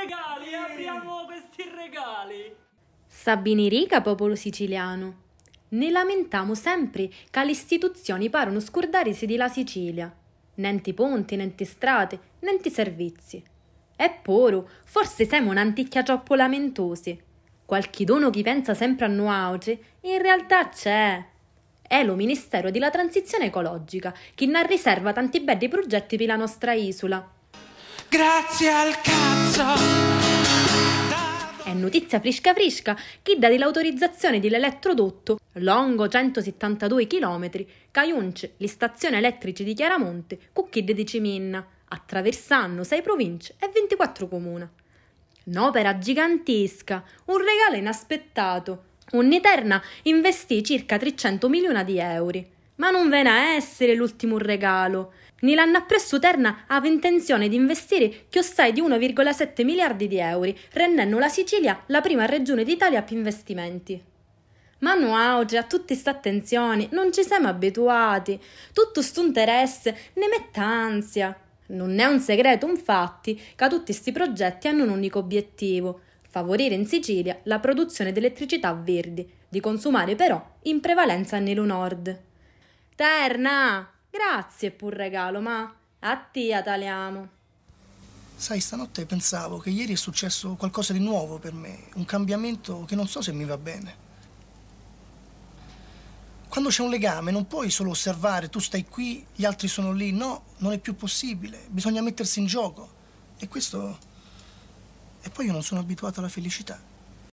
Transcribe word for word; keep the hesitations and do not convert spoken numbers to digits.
regali, apriamo questi regali. Sabini rica, popolo siciliano. Ne lamentamo sempre che le istituzioni parono scordarsi di la Sicilia. Nenti ponti, nenti strade, nenti servizi. Eppure, forse siamo un'anticchia troppo lamentosi. Qualche dono che pensa sempre a nuauge, in realtà c'è. È lo Ministero della Transizione Ecologica che ne riserva tanti belli progetti per la nostra isola. Grazie al cazzo! È notizia fresca fresca che dà dell'autorizzazione dell'elettrodotto lungo centosettantadue chilometri che aiunce le stazioni elettriche di Chiaramonte con Chidde di Ciminna, attraversando sei province e ventiquattro comuni. Un'opera gigantesca, un regalo inaspettato. Un'Eterna investì circa trecento milioni di euro. Ma non ve ne a essere l'ultimo regalo. Nell'anno appresso Terna aveva intenzione di investire chiossai di uno virgola sette miliardi di euro, rendendo la Sicilia la prima regione d'Italia per investimenti. Ma no, oggi a tutta questa attenzione non ci siamo abituati. Tutto sto interesse ne mette ansia. Non è un segreto, infatti, che tutti questi progetti hanno un unico obiettivo: favorire in Sicilia la produzione di elettricità verdi, di consumare però in prevalenza nel nord. Terna, grazie per un regalo, ma a te taliamo. Sai, stanotte pensavo che ieri è successo qualcosa di nuovo per me, un cambiamento che non so se mi va bene. Quando c'è un legame non puoi solo osservare, tu stai qui, gli altri sono lì. No, non è più possibile, bisogna mettersi in gioco. E questo... E poi io non sono abituato alla felicità.